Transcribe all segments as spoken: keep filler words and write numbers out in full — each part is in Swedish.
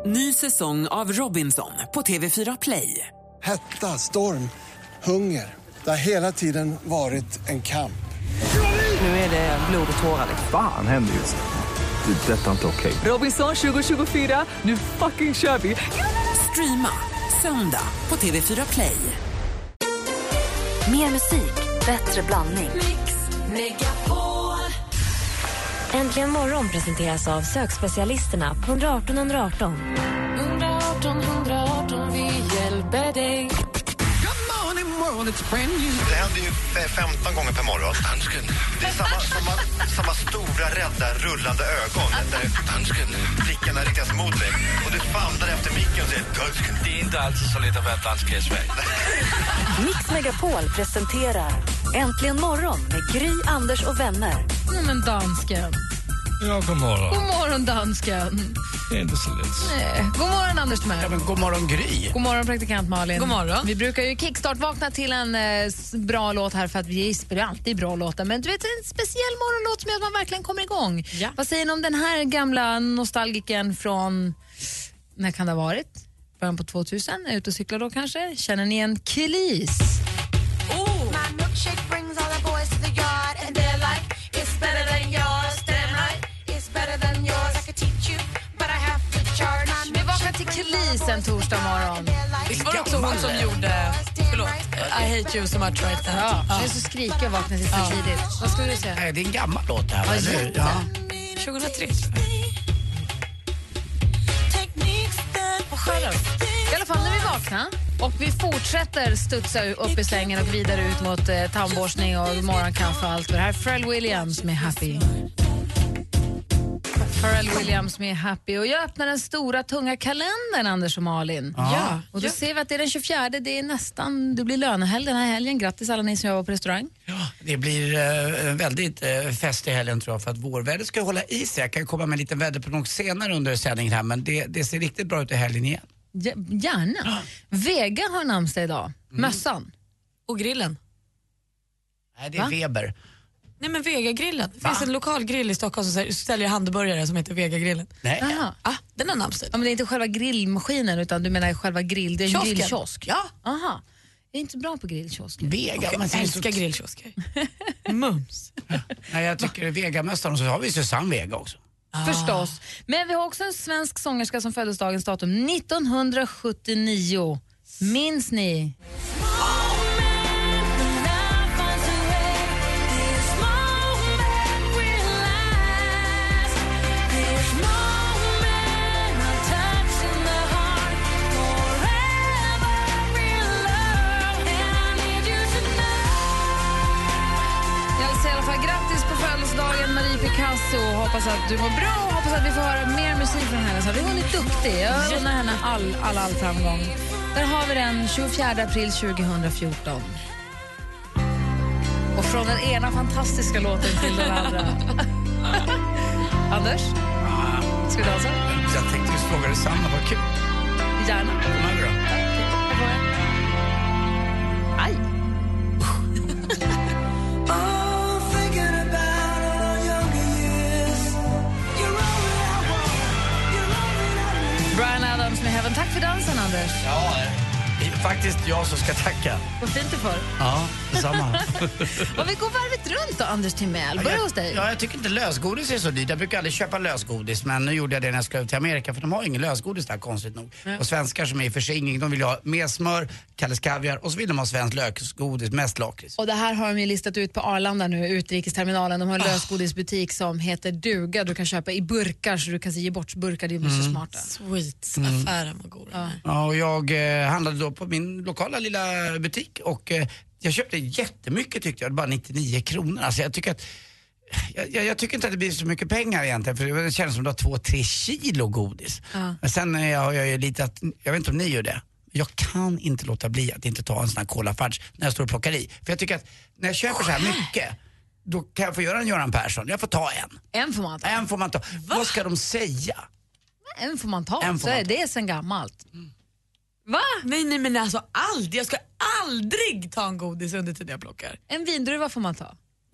Ny säsong av Robinson på T V fyra Play. Hetta, storm, hunger. Det har hela tiden varit en kamp. Nu är det blod och tårar. Fan händer just det. Det är detta inte okej. Robinson tjugo tjugofyra, nu fucking kör vi. Streama söndag på T V fyra Play. Mer musik, bättre blandning. Mix Megapol. Äntligen morgon presenteras av sökspecialisterna på ett ett ett ett ett. ett ett ett ett ett, vi hjälper dig. Det händer ju femton gånger per morgon. Dansken. Det är samma, samma, samma stora, rädda, rullande ögon. Dansken. Blickarna riktas mot dig. Och du famlar efter micken och säger dansken. Det är inte alltid så lätt att vara dansk i Sverige. Mix Megapol presenterar Äntligen morgon med Gry, Anders och vänner. Ja, men dansken. Ja, god morgon. God morgon, dansken. Det är inte så lätt. Nej. God morgon, Anders Timell. Ja, men god morgon, Gry. God morgon, praktikant Malin. God morgon. Vi brukar ju kickstart-vakna till en eh, bra låt här för att vi spelar alltid bra låtar. Men du vet, en speciell morgonlåt som gör att man verkligen kommer igång. Ja. Vad säger ni om den här gamla nostalgiken från, när kan det ha varit? Början på tvåtusen, är ute och cyklar då kanske? Känner ni en Kelis? Oh. My milkshake brings all the boys to the yard and they're like, it's better than yours, damn right. It's better than yours, I could teach you, but I have to charge. Vi vaknar till Kelis en torsdag morgon. Visst var det också hon som gjorde, förlåt, I hate you so much right now. Ja, jag är så skrikig och vaknar till för tidigt. Vad skulle du säga? Nej, det är en gammal låt det här. Ja, eller hur? Ja. tjugohundratre. I alla fall när vi vaknar och vi fortsätter studsa upp i sängen och vidare ut mot eh, tandborstning och morgonkaffe och allt. Det här är Pharrell Williams med Happy. Pharrell Williams med Happy. Och jag öppnar den stora tunga kalendern, Anders och Malin. Ja. Och då ser vi att det är den tjugofjärde, det är nästan, det blir lönehelg den här helgen. Grattis alla ni som jobbar på restaurang. Ja, det blir eh, väldigt eh, fest i helgen tror jag, för att vårvädret ska hålla i sig. Jag kan ju komma med en liten väderprognos senare under sändningen här, men det, det ser riktigt bra ut i helgen igen. Ja, gärna. Ja. Vega har namnsdag idag. Mm. Mössan. Och grillen. Nej, det är Va? Weber. Nej, men Vega-grillen. Det Va? finns en lokal grill i Stockholm som säljer hamburgare som heter Vega-grillen. Nej. Aha. Ah, den har namnsdag. Ja, men det är inte själva grillmaskinen utan du menar själva grill, det är en Kiosken. grillkiosk. Ja. Aha. Jag är inte bra på grillkiosker. Vega, Jag men det är älskar så... grillkiosker. Mums. Nej, jag tycker Vegamästaren, och så har vi Susanne Vega också. Ah. Förstås. Men vi har också en svensk sångerska som föddes dagens datum nittonhundrasjuttionio. Minns ni? Grattis på födelsedagen Marie Picasso. Hoppas att du mår bra och hoppas att vi får höra mer musik från henne. Så hon är duktig. Jag unnar henne all, all, all framgång. Där har vi den tjugofjärde april tjugohundrafjorton. Och från den ena fantastiska låten till den andra. Anders? Ska vi dansa? Jag tänkte just fråga detsamma, vad kul. Gärna. Kom här då. Aj. Brian Adams med Heaven. Tack för dansen, Anders. Ja, det är faktiskt jag som ska tacka. Vad fint du får. Ja, detsamma. Och vi går varvet runt då, Anders Timell. Börja hos dig. Ja, jag tycker inte lösgodis är så dyrt. Jag brukar aldrig köpa lösgodis, men nu gjorde jag det när jag skulle till Amerika, för de har ingen lösgodis där, konstigt nog. Ja. Och svenskar som är i förskingring, de vill ha mer smör, Kalles kaviar, och så vill de ha svensk lösgodis, mest lakrits. Och det här har de ju listat ut på Arlanda nu, utrikesterminalen. De har en oh. lösgodisbutik som heter Duga. Du kan köpa i burkar så du kan ge bort burkar, det är mm. så smarta. Sweets, mm. affären var god. Ja. Ja, och jag eh, handlade då på min lokala lilla butik och eh, jag köpte jättemycket tyckte jag, bara nittionio kronor. Alltså jag tycker att jag, jag, jag tycker inte att det blir så mycket pengar egentligen, för det känns som att du har två, tre kilo godis. Ja. Men sen har jag, jag ju lite att, jag vet inte om ni gör det, jag kan inte låta bli att inte ta en sån här Cola Fudge när jag står och plockar i. För jag tycker att när jag köper så här mycket, då kan jag få göra en Göran Persson. Jag får ta en. En får man ta. En får man ta. Va? Vad ska de säga? En får man ta. En får så man är ta. det är sen gammalt. Mm. Va? Nej, nej, men alltså aldrig. Jag ska aldrig ta en godis under tiden jag plockar. En vindruva får man ta.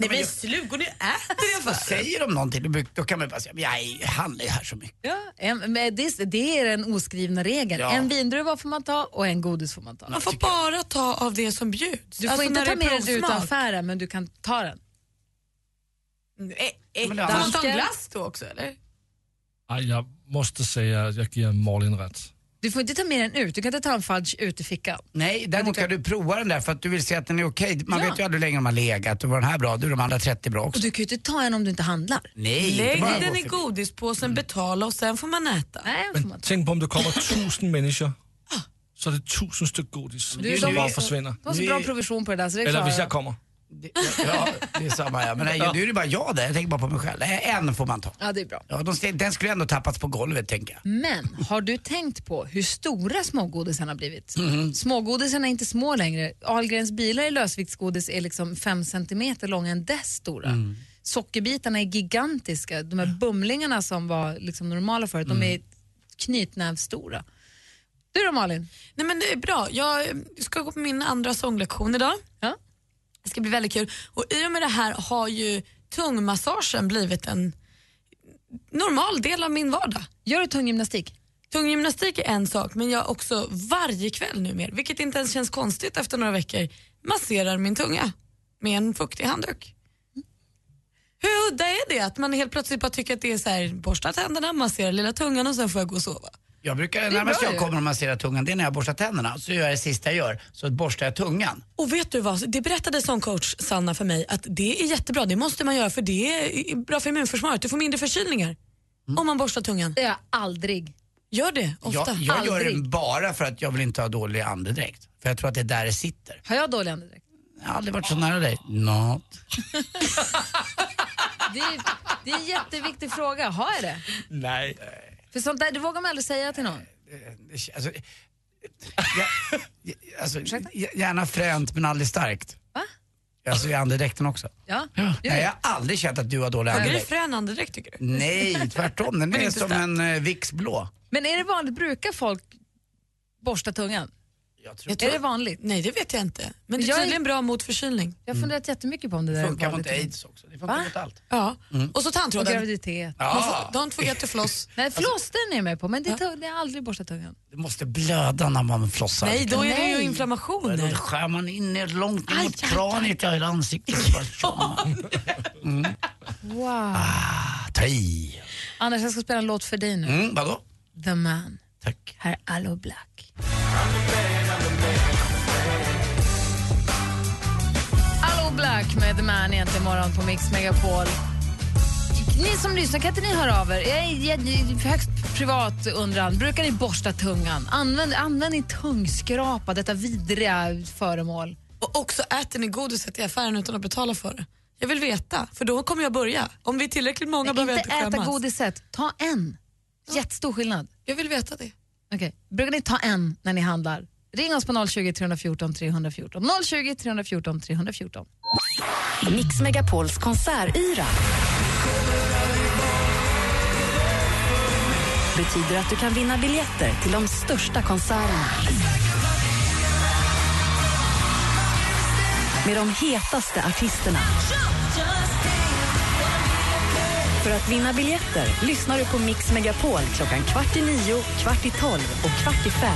Nej men slug och ni äter det. Vad säger de någonting? Då kan man bara säga, jag handlar ju här så mycket. Ja, en, men det, det är den oskrivna regeln. Ja. En vindruva får man ta och en godis får man ta. Man får bara ta av det som bjuds. Du får alltså, inte ta med den provsmak. ut affären, men du kan ta den. Nej, Men kan det- man ta en glass då också eller? Ej, jag måste säga att jag ger Malin rätt. Du får inte ta med den ut. Du kan inte ta en fudge ut i fickan. Nej, däremot kan du prova den där för att du vill se att den är okej. Man Ja. vet ju aldrig hur länge de har legat och var den här bra, då är de andra trettio bra också. Och du kan ju inte ta en om du inte handlar. Nej, inte Lägg bara den gå i förbi. godispåsen, betala och sen får man äta. Nej, får man Men ta. tänk på om det kommer tusen människor. Så är det tusen styck godis Du, som de bara har- försvinner. De har så bra provision på det där så det är Eller klart. hvis jag kommer. Det, ja, det är samma ja. Men nej, Ja. nu är det bara jag där, jag tänker bara på mig själv. Nej, en får man ta. Ja, det är bra. Ja, de, den skulle ändå tappats på golvet, tänker jag. Men har du tänkt på hur stora smågodisen har blivit? Mhm. Smågodisen är inte små längre. Ahlgrens bilar i lösviktsgodis är liksom fem centimeter långa, en dess stora. Mm. Sockerbitarna är gigantiska. De här bumlingarna som var liksom normala förut, de är knytnävstora. Du då Malin? Nej men det är bra. Jag ska gå på min andra sånglektion idag. Ja. Det ska bli väldigt kul. Och i och med det här har ju tungmassagen blivit en normal del av min vardag. Gör du tunggymnastik? Tunggymnastik är en sak, men jag också varje kväll nu mer, vilket inte ens känns konstigt efter några veckor, masserar min tunga med en fuktig handduk. Hur udda är det att man helt plötsligt bara tycker att det är så här, borsta tänderna, massera lilla tungan och sen får jag gå och sova? Jag brukar, är närmast bra jag ju. kommer att massera tungan, det är när jag borstar tänderna. Så gör jag det sista jag gör, så borstar jag tungan. Och vet du vad, det berättade som coach Sanna för mig att det är jättebra, det måste man göra för det är bra för immunförsvaret, du får mindre förkylningar om man borstar tungan. Det gör jag aldrig. Gör det ofta. Jag, jag gör Aldrig. det bara för att jag vill inte ha dålig andedräkt. För jag tror att det är där det sitter. Har jag dålig andedräkt? Jag har aldrig varit så nära dig. Något. Det är, det är en jätteviktig fråga. Har jag det? Nej. För sånt där, det vågar man aldrig säga till någon. Alltså, jag, alltså, gärna fränt men aldrig starkt. Va? Alltså i andedräkten också. Ja. Nej, jag har aldrig känt att du har dålig Är det andedräkt. frän andedräkt tycker du? Nej, tvärtom. Den Men är inte som stark. en uh, Vicks blå. Men är det vanligt, brukar folk borsta tungan? Jag tror Är det vanligt? Nej, det vet jag inte. Men det är Jag är- tydligen bra mot förkylning. Jag har funderat jättemycket på om det där det är funkar mot vanligt eller inte. aids också. Det funkar Va? mot allt. Ja. Och så Och tandtråden. graviditet. Man Ja, får, don't forget to floss. Nej, flossen är jag med på, men det, tar, det har aldrig borstat tungan. det måste blöda när man flossar. Nej, då är det ju Nej. inflammationer. Då skär man in ner långt in Aj, mot aj, kraniet i hela ansiktet. Wow. Ah, ta i. Anders, jag ska spela en låt för dig nu. Mm, vadå? The Man. Tack. Här är Allo Black. Allo Black med The Man egentligen imorgon på Mix Megapol. Ni som lyssnar, kan inte ni höra av er? Jag är, jag är högst privat undran. Brukar ni borsta tungan? Använd, använd ni tungskrapa, detta vidriga föremål. Och också äter ni godiset i affären utan att betala för det. Jag vill veta, för då kommer jag börja. Om vi är tillräckligt många behöver jag Inte inte äta skämmas. godiset, ta en. Jättestor skillnad. Jag vill veta det. Okej. Brukar ni ta en när ni handlar? Ring oss på noll tjugo, tre fjorton, tre fjorton. noll tjugo, tre fjorton, tre fjorton. Mix Megapols konsertyra betyder att du kan vinna biljetter till de största konserterna. Med de hetaste artisterna. För att vinna biljetter lyssnar du på Mix Megapol klockan kvart i nio, kvart i tolv och kvart i fem.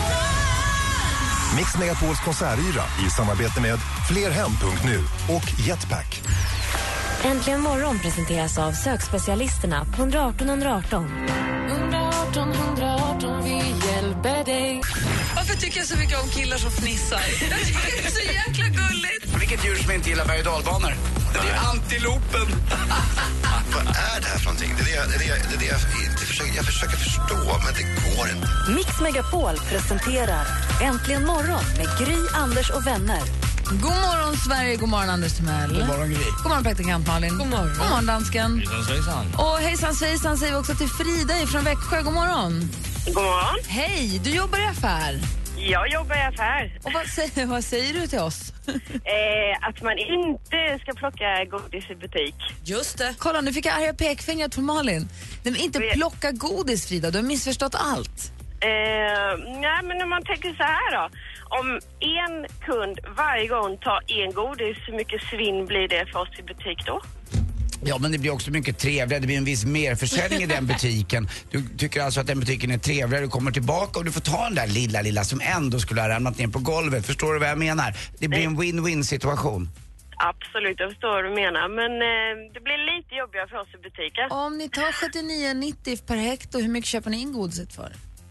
Mix Megapols konsertyra i samarbete med flerhem punkt nu och Jetpack. Äntligen morgon presenteras av sökspecialisterna på ett ett åtta ett ett åtta. ett åtta ett ett åtta, vi hjälper dig. Varför tycker jag så mycket om killar som fnissar? Jag tycker det är så jäkla gulligt. Vilket djur som inte gillar berg- och dalbanor? Det är antilopen. Vad är det här för någonting? Det är det, jag- det, är det, jag- det, är det jag, inte försöker, jag försöker förstå, men det går inte. Mix Megapol presenterar Äntligen morgon med Gry, Anders och vänner. God morgon Sverige, god morgon Anders Timell. God morgon, Gry. God morgon praktikant Malin. God morgon. God morgon dansken. Och hejsan svejsan säger vi också till Frida från Växjö. God morgon. God morgon. Hej, du jobbar i affär. Jag jobbar i affär. Och vad säger, vad säger du till oss? Eh, att man inte ska plocka godis i butik. Just det. Kolla, nu fick jag arga pekfingret från Malin. Nej, men inte plocka godis, Frida. Du har missförstått allt. Eh, nej, men när man tänker så här då. Om en kund varje gång tar en godis, hur mycket svinn blir det för oss i butik då? Ja, men det blir också mycket trevligare. Det blir en viss merförsäljning i den butiken. Du tycker alltså att den butiken är trevligare. Du kommer tillbaka och du får ta den där lilla, lilla som ändå skulle ha ramlat ner på golvet. Förstår du vad jag menar? Det blir en win-win situation. Absolut, jag förstår vad du menar. Men eh, det blir lite jobbigare för oss i butiken. Om ni tar sjuttionio nittio per hekto, hur mycket köper ni in godiset för?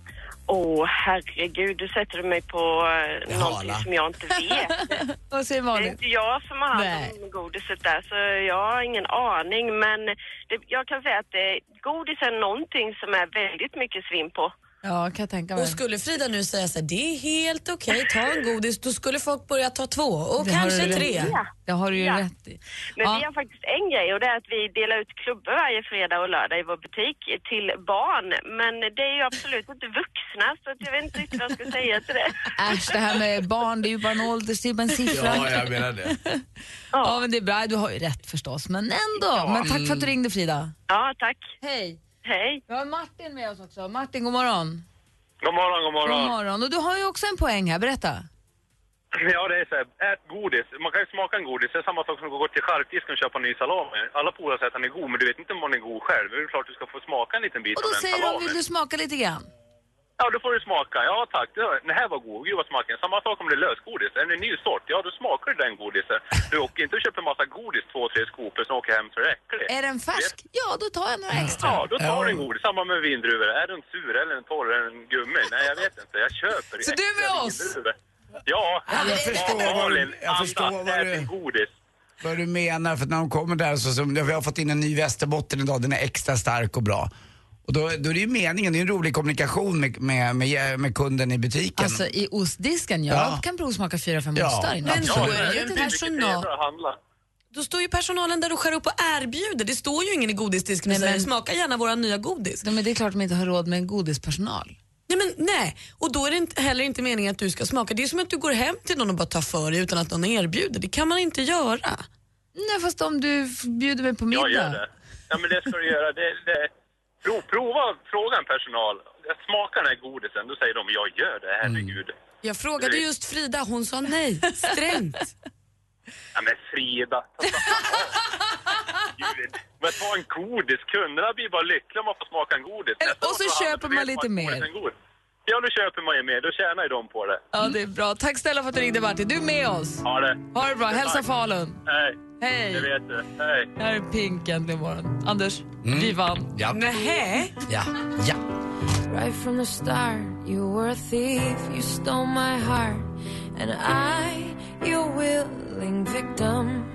Åh, oh, herregud, du sätter du mig på uh, någonting som jag inte vet. Vad säger Malin? Det är inte jag som har hand om godiset där, så jag har ingen aning. Men det, jag kan säga att det, godis är någonting som är väldigt mycket svinn på. Ja, kan jag tänka mig. Och skulle Frida nu säga så här, det är helt okej, okay, ta en godis, då skulle folk börja ta två och det kanske tre. Ja. Det har du ju ja. rätt i. Men ja. vi har faktiskt en grej och det är att vi delar ut klubbor varje fredag och lördag i vår butik till barn. Men det är ju absolut inte vuxna, så att jag vet inte riktigt vad jag ska säga till det. Äsch, det här med barn, det är ju bara en ålder, det är bara en siffra. Ja, jag menar det. Ja. Ja, men det är bra, du har ju rätt förstås. Men ändå, ja. Men tack för att du ringde, Frida. Ja, tack. Hej. Hej. Vi har Martin med oss också. Martin, god morgon. God morgon, god morgon. God morgon. Och du har ju också en poäng här, berätta. Ja, det är så här, ät godis. Man kan ju smaka en godis. Det är samma sak som att gå till charkdisken och köpa en ny salami. Alla polare säger att den är god, men du vet inte om man är god själv. Det är klart du ska få smaka en liten bit av den salami. Och då säger de, vill du smaka lite grann? Ja, då får du smaka. Ja, tack. Det här var god. Gud vad smaken. Samma sak om det är lösgodis. Är det en ny sort? Ja, då smakar du den godisen. Du åker inte och köper en massa godis, två, tre skopor, som åker hem så det är äckligt. Är den färsk? Ja, då tar jag några extra. Ja, då tar du en godis. Samma med vindruvor. Är den sur eller en torr eller en gummi? Nej, jag vet inte. Jag köper det. Så du är med oss? Vindruvor. Ja, jag förstår vad du, jag förstår vad du, godis. vad du menar. För när de kommer där så, så vi har fått in en ny Västerbotten idag. Den är extra stark och bra. Och då, då är det ju meningen, det är en rolig kommunikation med, med, med, med kunden i butiken. Alltså i ostdisken, jag Ja. kan provsmaka fyra, fem Ja, ostar. Men då är det ju en Det är personal. att handla. Då står ju personalen där och skär upp och erbjuder. Det står ju ingen i godisdisken och Nej, säger men- smaka gärna våra nya godis. Nej, men det är klart att de inte har råd med en godispersonal. Nej, men nej. Och då är det inte, heller inte meningen att du ska smaka. Det är som att du går hem till någon och bara tar för dig utan att någon erbjuder. Det kan man inte göra. Nej, fast om du f- bjuder mig på middag. Jag gör det. Ja, men det ska du göra. Det, det, prov, prova, fråga en personal. Jag smakar den här godisen. Då säger de, jag gör det, herregud. Mm. Jag frågade just Frida, hon sa nej. Strängt. Ja, men Frida. Gud, men ta en godis. Kunderna blir bara lyckliga om man får smaka en godis. Eller- Nästa och så gång köper handlar man lite vet mer. godis är god. Ja, då köper man ju mer. Då tjänar ju de på det. Ja, det är bra. Tack snälla för att du ringde, Martin. Du är med oss. Ja, det. Ha det bra. Hälsa Tack. Falun. Hej. Hej. Det vet du. Hej. Här är Pink äntligen morgon. Anders, vi vann. Ja. Nej. Ja, ja. Right from the start, you were a thief, you stole my heart, and I, your willing victim.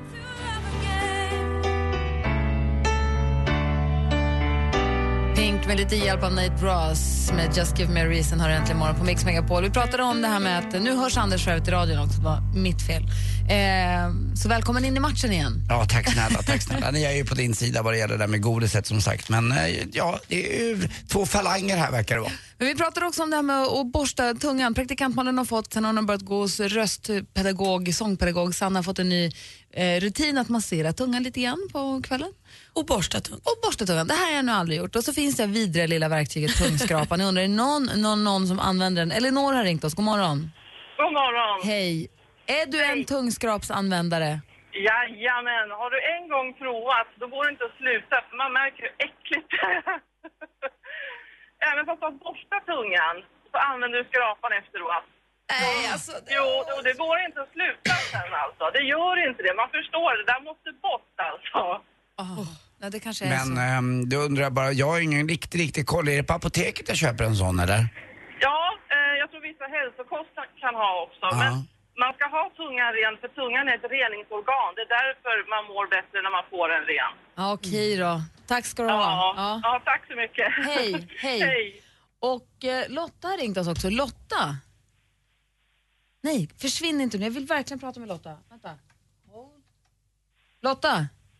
Pink med lite hjälp av Nate Ross med Just Give Me A Reason har äntligen morgon på Mix Megapol. Vi pratade om det här med att nu hörs Anders själv i radion också, det var mitt fel. Eh, så välkommen in i matchen igen. Ja, tack snälla, tack snälla. Ni är ju på din sida vad det gäller det där med godiset som sagt. Men eh, ja, det är ju två falanger här verkar det vara. Men vi pratade också om det här med att borsta tungan. Praktikantmannen har fått, sen har hon börjat gå hos röstpedagog, sångpedagog. Sanna har fått en ny eh, rutin att massera tungan lite grann på kvällen. Och borsta tungan. Och borsta tungan. Det här har jag nog aldrig gjort. Och så finns det vidare lilla verktyget tungskrapan. Jag undrar, är det någon, någon, någon som använder den? Elinor har ringt oss. God morgon. God morgon. Hej. Är du en tungskrapsanvändare? Jajamän, har du en gång provat då går det inte att sluta för man märker hur äckligt det är. Även fast du har borstat tungan så använder du skrapan efteråt. Nej, alltså... Det... Jo, och det går inte att sluta sen alltså. Det gör inte det. Man förstår det. Det där måste bort alltså. Oh, nej, det kanske är Men så. ehm, då undrar jag bara, jag har ingen riktigt, riktigt koll. Är det på apoteket jag köper en sån eller? Ja, eh, jag tror vissa hälsokost kan ha också. Ja. Men man ska ha tungan ren för tungan är ett reningsorgan. Det är därför man mår bättre när man får den ren. Ja, okej då. Tack ska du ha. Ja, Ja. ja tack så mycket. Hej, hej. Hej. Och eh, Lotta har ringt oss också. Lotta? Nej, försvinn inte nu. Jag vill verkligen prata med Lotta. Vänta. Hold. Lotta?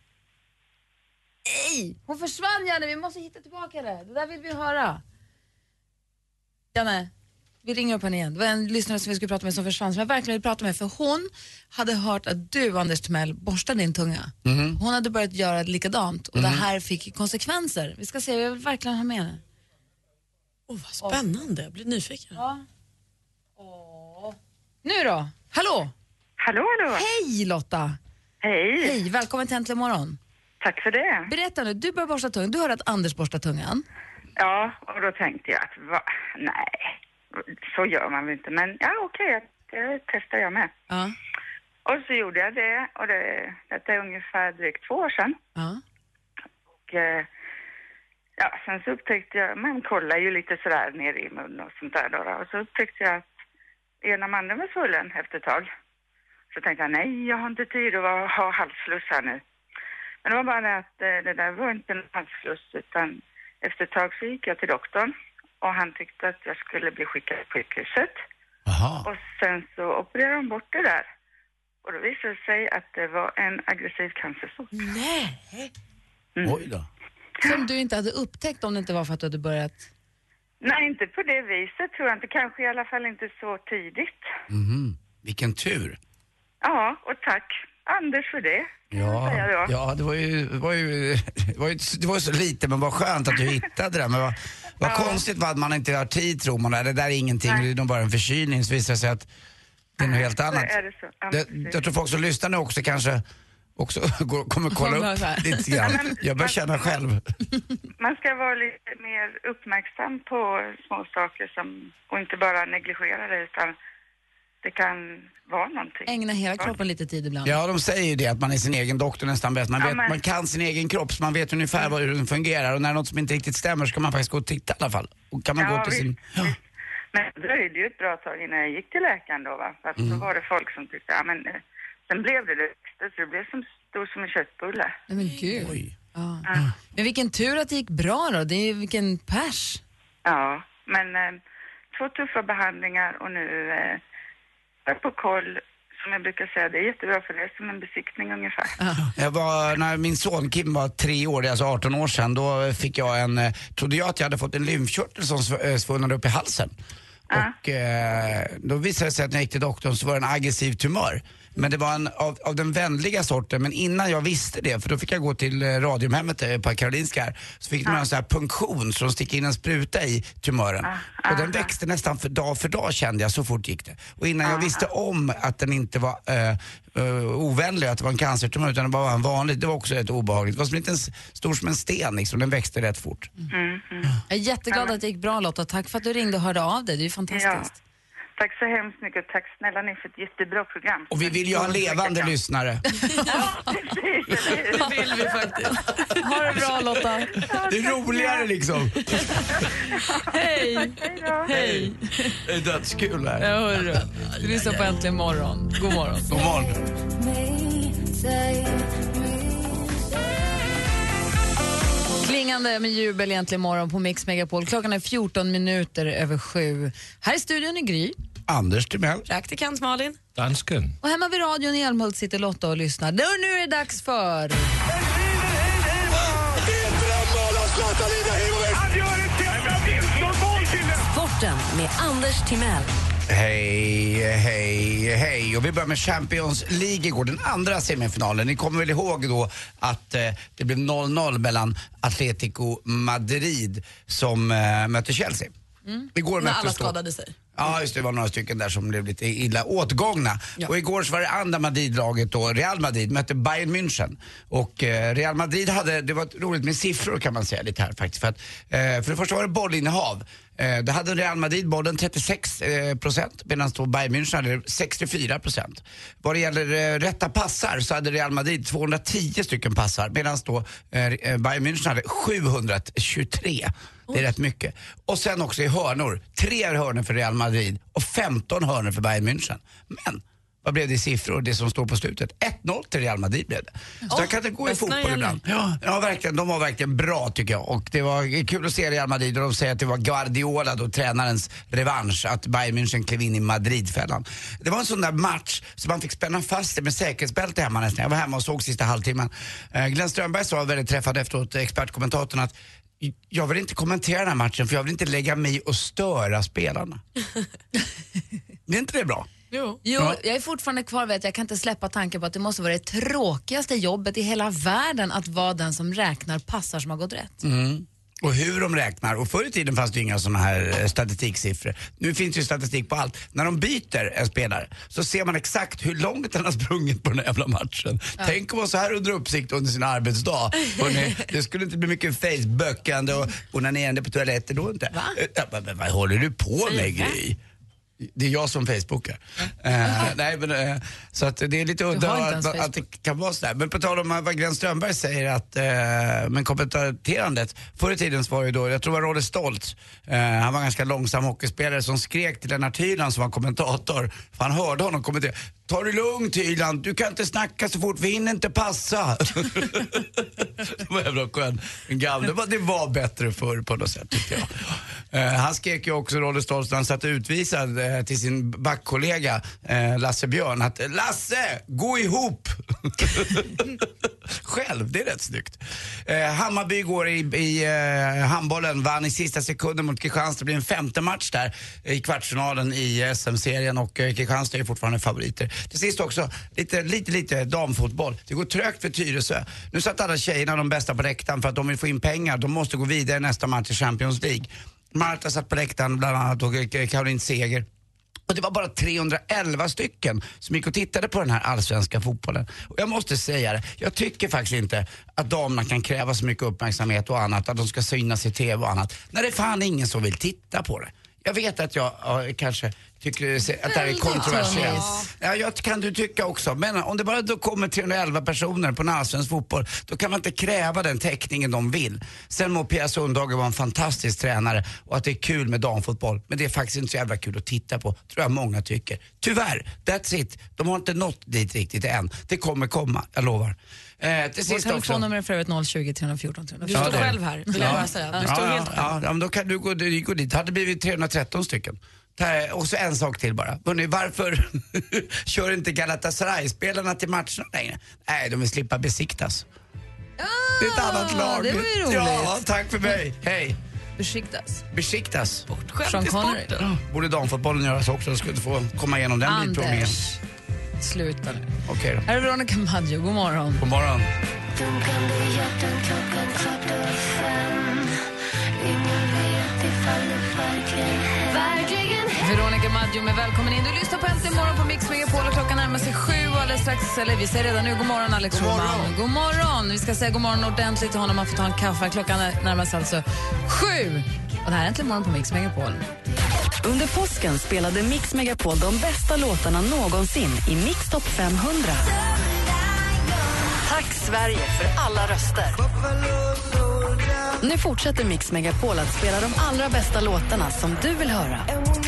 Nej, hon försvann Janne. Vi måste hitta tillbaka det. Det där vill vi höra. Janne, vi ringer upp henne igen. Det var en lyssnare som vi skulle prata med som försvann som jag verkligen vill prata med. För hon hade hört att du, Anders Timell, borstade din tunga. Mm. Hon hade börjat göra likadant. Och Mhm. det här fick konsekvenser. Vi ska se, jag vill verkligen ha med henne. Åh, oh, vad spännande. Jag blir nyfiken. Ja. Åh. Nu då? Hallå? Hallå, hallå. Hej Lotta. Hej. Hej, välkommen till Äntligen morgon. Tack för det. Berätta nu, du börjar borsta tungan. Du hörde att Anders borstar tungan. Ja, och då tänkte jag att, va? Nej, så gör man väl inte. Men ja, okej, okay, det testar jag med. Ja. Och så gjorde jag det, och det, detta är ungefär drygt två år sedan. Ja. Och eh, ja, sen så upptäckte jag, man kollar ju lite sådär ner i munnen och sånt där då. Och så upptäckte jag att ena mannen var svullen efter ett tag. Så tänkte jag, nej, jag har inte tid att ha halsfluss här nu. Men det var bara det att eh, det där var inte en halsfluss, utan efter ett tag så gick jag till doktorn. Och han tyckte att jag skulle bli skickad på sjukhuset. Aha. Och sen så opererade de bort det där. Och då visade det sig att det var en aggressiv cancersort. Nej! Mm. Oj då. Som du inte hade upptäckt om det inte var för att du hade börjat... Nej, inte på det viset tror jag inte. Kanske i alla fall inte så tidigt. Mhm. Vilken tur. Ja, och tack Anders för det. Ja, säga då. ja det var ju, det var ju, det var ju, det var ju så lite, men vad skönt att du hittade det. Men vad, vad Ja. konstigt var att man inte har tid, tror man. Det där är ingenting, Nej. det är nog bara en förkylning. Så visar det sig att det är något helt Så annat. är det så. Ja, Det, precis. jag tror folk som lyssnar nu också kanske också går, kommer kolla Kommer så upp här. lite grann. Ja, men- Jag börjar känna själv. Man ska vara lite mer uppmärksam på små saker som, och inte bara negligera det, utan det kan vara någonting. Ägna hela kroppen lite tid ibland. Ja, de säger ju det, att man är sin egen doktor nästan bäst. Man, Ja, vet, men- man kan sin egen kropp, så man vet ungefär hur den fungerar. Och när något som inte riktigt stämmer så kan man faktiskt gå och titta i alla fall. Och kan man Ja, gå till visst, sin... Ja. visst. Men det dröjde ju ett bra tag innan jag gick till läkaren då, va? Fast Mm. så var det folk som tyckte, ja men eh, sen blev det det, så det blev som stor som en köttbulle. Nej men gud. Oj. Ja. Men vilken tur att det gick bra då. Det är vilken pers. Ja, men eh, två tuffa behandlingar och nu eh, är jag på koll, som jag brukar säga, det är jättebra för det är som en besiktning ungefär. Jag var, när min son Kim var tre år, det är alltså arton år sedan, då fick jag en, eh, trodde jag att jag hade fått en lymfkörtel som sv- eh, svullnade upp i halsen. Ja. Och eh, då visade det sig att när jag gick till doktorn så var det en aggressiv tumör. Men det var en, av, av den vänliga sorten, men innan jag visste det, för då fick jag gå till eh, Radiumhemmet eh, på Karolinska här, så fick de en sån här punktion så de sticker in en spruta i tumören. Och den växte nästan för dag för dag, kände jag, så fort gick det. Och innan jag visste om att den inte var eh, eh, ovänlig, att det var en cancertumör, utan det bara var en vanlig, det var också ett obehagligt. Det var som en liten s- stor som en sten liksom, den växte rätt fort. Mm, mm. Jag är jätteglad att det gick bra Lotta. Tack för att du ringde och hörde av dig. Det är ju fantastiskt. Tack så hemskt mycket. Tack snälla ni för ett jättebra program. Och vi vill ju ha levande lyssnare. Det vill vi faktiskt. Ha det bra Lotta. Det är roligare liksom. Hej. Hej. Det är dödskul här. Ja, hörru. Du lyssnar på Äntligen morgon. God morgon. God morgon. Klingande med jubel egentligen morgon på Mix Megapol. Klockan är fjorton minuter över sju. Här i studion är Gry. Anders Timell. Praktikant Malin. Dansken. Och hemma vid radion i Älmhult sitter Lotta och lyssnar. Nu, nu är det dags för... Sporten med Anders Timell. Hej, hej, hej. Och vi börjar med Champions League igår, den andra semifinalen. Ni kommer väl ihåg då att eh, det blev noll noll mellan Atletico Madrid som eh, mötte Chelsea. Mm. Igår När möttes alla då- skadade sig. Ja, just det, det var några stycken där som blev lite illa åtgångna. Ja. Och igår så var det andra Madrid-laget då, Real Madrid, mötte Bayern München. Och eh, Real Madrid hade, det var roligt med siffror kan man säga lite här faktiskt. För, att, eh, för det första var det bollinnehav. Eh, det hade Real Madrid bollen trettiosex eh, procent, medan då Bayern München hade sextiofyra procent. Vad det gäller eh, rätta passar så hade Real Madrid tvåhundratio stycken passar, medan då eh, Bayern München hade sjuhundratjugotre. Det är rätt mycket. Och sen också i hörnor. Tre hörnor för Real Madrid och femton hörnor för Bayern München. Men vad blev det i siffror, det som står på slutet? ett noll till Real Madrid blev det. Så Oh, där kan det gå i bästa fotboll igen. ibland. Ja, ja, verkligen. De var verkligen bra tycker jag. Och det var kul att se Real Madrid och de säger att det var Guardiola då, tränarens revansch, att Bayern München klev in i Madridfällan. Det var en sån där match så man fick spänna fast sig med säkerhetsbälte hemma nästan. Jag var hemma och såg sista halvtimmen. Eh, Glenn Strömberg sa väldigt träffande efteråt, expertkommentatorn, att jag vill inte kommentera den här matchen för jag vill inte lägga mig och störa spelarna. Det är inte det bra? Jo. Jo, Ja. jag är fortfarande kvar vid att jag kan inte släppa tanken på att det måste vara det tråkigaste jobbet i hela världen att vara den som räknar passar som har gått rätt. Mm. och hur de räknar. Och förr i tiden fanns det inga sådana här statistiksiffror. Nu finns ju statistik på allt. När de byter en spelare så ser man exakt hur långt den har sprungit på den jävla matchen. Ja. Tänk att vara så här under uppsikt under sin arbetsdag. Hörrni, det skulle inte bli mycket facebookande och onanerande på toaletter då inte. Va? Ja, men vad håller du på med, Gry? Det är jag som Facebookar. Uh, nej, men, uh, så att det är lite udda att, att det kan vara sådär. Men på tal om vad Glenn Strömberg säger att uh, men kommenterandet förr i tiden var ju då, jag tror det var Rolle Stolt. Uh, han var en ganska långsam hockeyspelare som skrek till Lennart Hyland som var kommentator. För han hörde honom kommentera. Ta det lugnt, Hyland, du kan inte snacka så fort, vi hinner inte passa. Det var jävla skön. Det var, det var bättre förr på något sätt, tycker jag. Uh, han skrek ju också Rolle Stolt när han satt utvisad uh, till sin backkollega uh, Lasse Björn att Lasse, gå ihop! Själv, det är rätt snyggt. Uh, Hammarby går i, i uh, handbollen, vann i sista sekunden mot Kristianstad. Det blir en femte match där i kvartsfinalen i S M-serien och uh, Kristianstad är fortfarande favoriter. Till sist också, lite, lite, lite damfotboll. Det går trögt för Tyresö. Nu satt alla tjejerna, de bästa på läktaren för att de vill få in pengar. De måste gå vidare nästa match i Champions League. Marta satt på läktaren, bland annat, och Caroline Seger. Och det var bara trehundraelva stycken som gick och tittade på den här allsvenska fotbollen. Och jag måste säga det, jag tycker faktiskt inte att damerna kan kräva så mycket uppmärksamhet och annat, att de ska synas i tv och annat, när det är fan ingen som vill titta på det. Jag vet att jag ja, kanske tycker att det här är kontroversiellt. Ja, jag kan du tycka också. Men om det bara då kommer trehundraelva personer på en allsvensk fotboll, då kan man inte kräva den täckningen de vill. Sen må Pia Sundhage vara en fantastisk tränare och att det är kul med damfotboll. Men det är faktiskt inte så jävla kul att titta på, tror jag många tycker. Tyvärr, that's it. De har inte nått dit riktigt än. Det kommer komma, jag lovar. Eh, till Vårt telefonnummer är för övrigt noll tjugo, tre fjorton, tre fjorton. Du står ja, själv här, vill jag bara säga. Du ja, står ja, helt själv. Ja, ja, men då kan du gå, du gå dit. Det hade blivit trehundratretton stycken. Och så en sak till bara. Hörrni, varför kör inte Galatasaray-spelarna till matcherna längre? Nej, de vill slippa besiktas. Ah, det är ett annat lag. Det var ju roligt. Ja, tack för mig. Hej. Besiktas. Besiktas. Sean Connery. Ja, borde damfotbollen göras också. Skulle inte få komma igenom den bilprovningen. Anders, sluta nu. Okej okay, då. Här är Veronica Maggio, god morgon. God morgon. Veronica Maggio med välkommen in. Du lyssnar på Äntligen morgon på Mix Megapol och klockan närmar sig sju och alldeles strax, eller vi säger redan nu, god morgon Alex god morgon. Roman. God morgon. Vi ska säga god morgon ordentligt till honom, man får ta en kaffe. Klockan närmar sig alltså sju. Och det här är Äntligen morgon på Mix Megapol. Under påsken spelade Mix Megapol de bästa låtarna någonsin i Mix Top femhundra. Tack Sverige för alla röster. Nu fortsätter Mix Megapol att spela de allra bästa låtarna som du vill höra.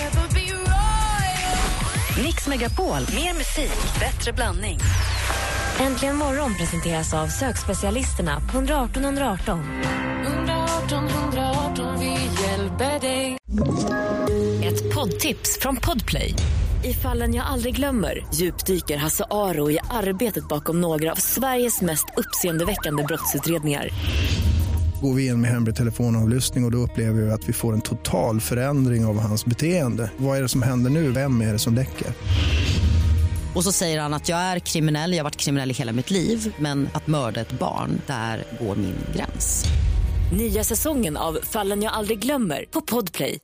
Mix Megapol, mer musik, bättre blandning. Äntligen morgon presenteras av sökspecialisterna på ett ett åtta ett ett åtta. ett åtta ett ett åtta, vi hjälper dig. Ett poddtips från Podplay. I Fallen jag aldrig glömmer djupdyker Hasse Aro i arbetet bakom några av Sveriges mest uppseendeväckande brottsutredningar. Går vi in med hemlig telefonavlyssning och, och då upplever vi att vi får en total förändring av hans beteende. Vad är det som händer nu? Vem är det som läcker? Och så säger han att jag är kriminell, jag har varit kriminell i hela mitt liv. Men att mörda ett barn, där går min gräns. Nya säsongen av Fallen jag aldrig glömmer på Podplay.